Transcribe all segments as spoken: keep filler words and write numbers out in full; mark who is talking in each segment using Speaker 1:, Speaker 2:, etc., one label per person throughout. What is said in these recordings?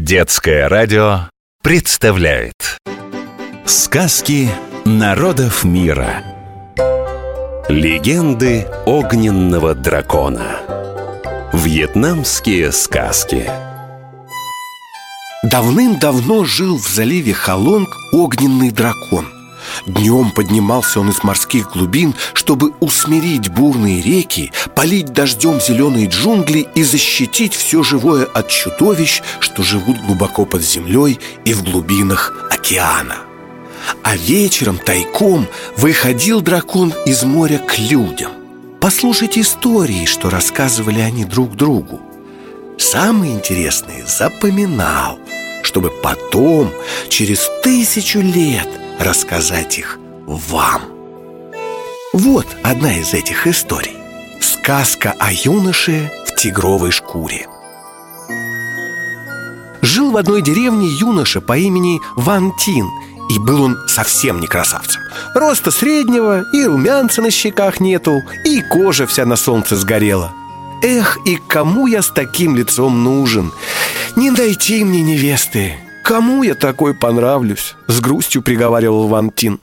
Speaker 1: Детское радио представляет сказки народов мира. Легенды огненного дракона. Вьетнамские сказки.
Speaker 2: Давным-давно жил в заливе Халонг огненный дракон. Днем поднимался он из морских глубин, чтобы усмирить бурные реки, полить дождем зеленые джунгли и защитить все живое от чудовищ, что живут глубоко под землей и в глубинах океана. А вечером тайком выходил дракон из моря к людям. Послушать истории, что рассказывали они друг другу. Самые интересные запоминал, чтобы потом, через тысячу лет, рассказать их вам. Вот одна из этих историй. Сказка о юноше в тигровой шкуре. Жил в одной деревне юноша по имени Ван Тин, и был он совсем не красавцем. Роста среднего, и румянца на щеках нету, и кожа вся на солнце сгорела. Эх, и кому я с таким лицом нужен? Не найти мне невесты. Кому я такой понравлюсь? С грустью приговаривал Ван Тин.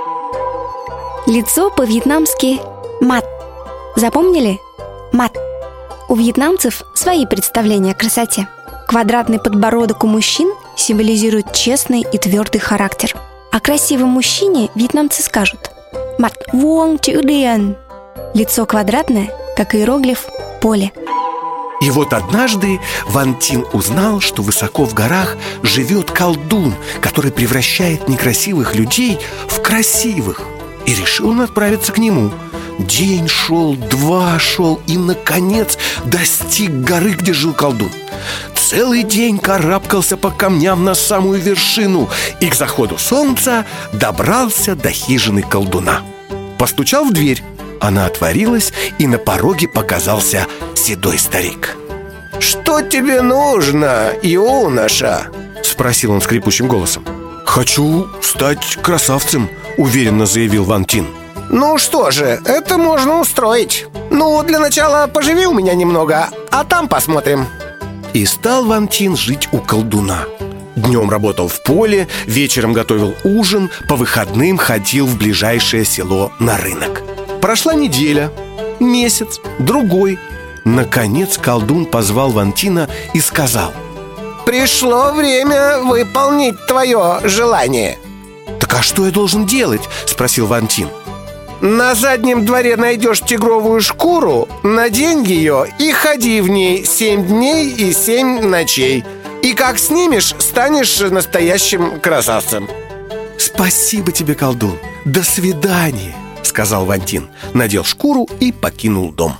Speaker 3: Лицо по-вьетнамски мат. Запомнили? Мат. У вьетнамцев свои представления о красоте. Квадратный подбородок у мужчин символизирует честный и твердый характер. О красивом мужчине вьетнамцы скажут мат vuông chữ điền. Лицо квадратное, как иероглиф поле.
Speaker 2: И вот однажды Ван Тин узнал, что высоко в горах живет колдун, который превращает некрасивых людей в красивых, и решил он отправиться к нему. День шел, два шел, и, наконец, достиг горы, где жил колдун. Целый день карабкался по камням на самую вершину и к заходу солнца добрался до хижины колдуна. Постучал в дверь. Она отворилась, и на пороге показался седой старик. «Что тебе нужно, юноша?» — спросил он скрипучим голосом. «Хочу стать красавцем», — уверенно заявил Ван Тин. «Ну что же, это можно устроить. Ну, для начала поживи у меня немного, а там посмотрим». И стал Ван Тин жить у колдуна. Днем работал в поле, вечером готовил ужин, по выходным ходил в ближайшее село на рынок. Прошла неделя, месяц, другой. Наконец колдун позвал Ван Тина и сказал: «Пришло время выполнить твое желание». «Так а что я должен делать?» — спросил Ван Тин. «На заднем дворе найдешь тигровую шкуру, надень ее и ходи в ней семь дней и семь ночей. И как снимешь, станешь настоящим красавцем». «Спасибо тебе, колдун, до свидания», — сказал Ван Тин, надел шкуру и покинул дом.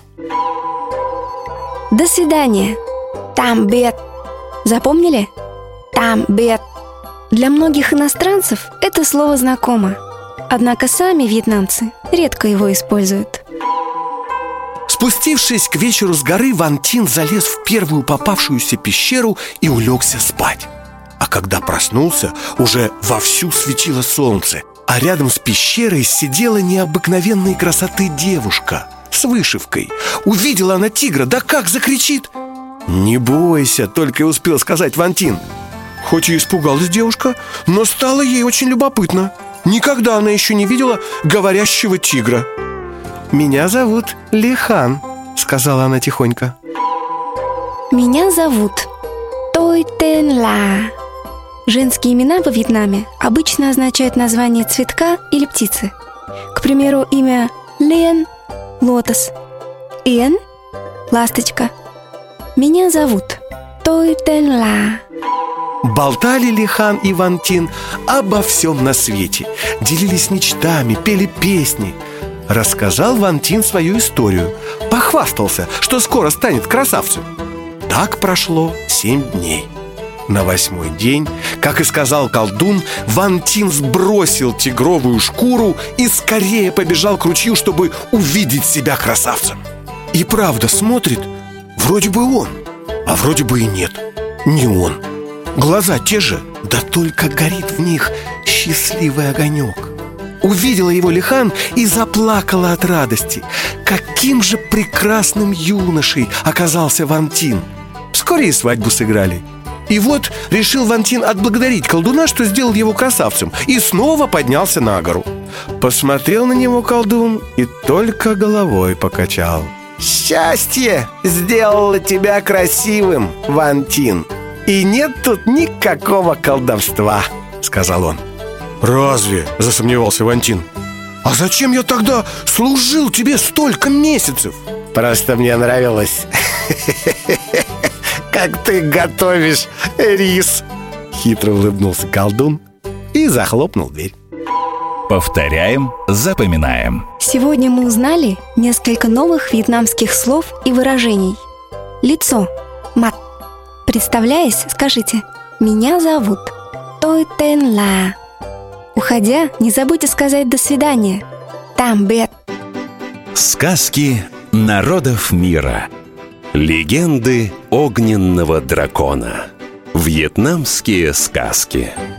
Speaker 3: До свидания. Там бед. Запомнили? Там бед. Для многих иностранцев это слово знакомо. Однако сами вьетнамцы редко его используют.
Speaker 2: Спустившись к вечеру с горы, Ван Тин залез в первую попавшуюся пещеру и улегся спать. А когда проснулся, уже вовсю светило солнце, а рядом с пещерой сидела необыкновенной красоты девушка с вышивкой. Увидела она тигра, да как закричит! «Не бойся!» — только и успел сказать Ван Тин. Хоть и испугалась девушка, но стало ей очень любопытно. Никогда она еще не видела говорящего тигра. «Меня зовут Лихан», — сказала она тихонько.
Speaker 3: Меня зовут Той Тен Ла. Женские имена во Вьетнаме обычно означают название цветка или птицы. К примеру, имя Лен – лотос, Эн – ласточка. Меня зовут Той Тен Ла.
Speaker 2: Болтали Лихан и Ван Тин обо всем на свете, делились мечтами, пели песни. Рассказал Ван Тин свою историю, похвастался, что скоро станет красавцем. Так прошло семь дней. На восьмой день, как и сказал колдун, Ван Тин сбросил тигровую шкуру и скорее побежал к ручью, чтобы увидеть себя красавцем. И правда смотрит, вроде бы он, а вроде бы и нет, не он. Глаза те же, да только горит в них счастливый огонек. Увидела его Лихан и заплакала от радости. Каким же прекрасным юношей оказался Ван Тин. Вскоре и свадьбу сыграли. И вот решил Ван Тин отблагодарить колдуна, что сделал его красавцем, и снова поднялся на гору. Посмотрел на него колдун и только головой покачал. «Счастье сделало тебя красивым, Ван Тин, и нет тут никакого колдовства», — сказал он. «Разве?» — засомневался Ван Тин. «А зачем я тогда служил тебе столько месяцев?» «Просто мне нравилось, как ты готовишь рис», — хитро улыбнулся колдун и захлопнул дверь.
Speaker 1: Повторяем, запоминаем.
Speaker 3: Сегодня мы узнали несколько новых вьетнамских слов и выражений. Лицо – мат. Представляясь, скажите «Меня зовут Той Тен Ла». Уходя, не забудьте сказать «До свидания». Там бет.
Speaker 1: Сказки народов мира. Легенды огненного дракона. Вьетнамские сказки.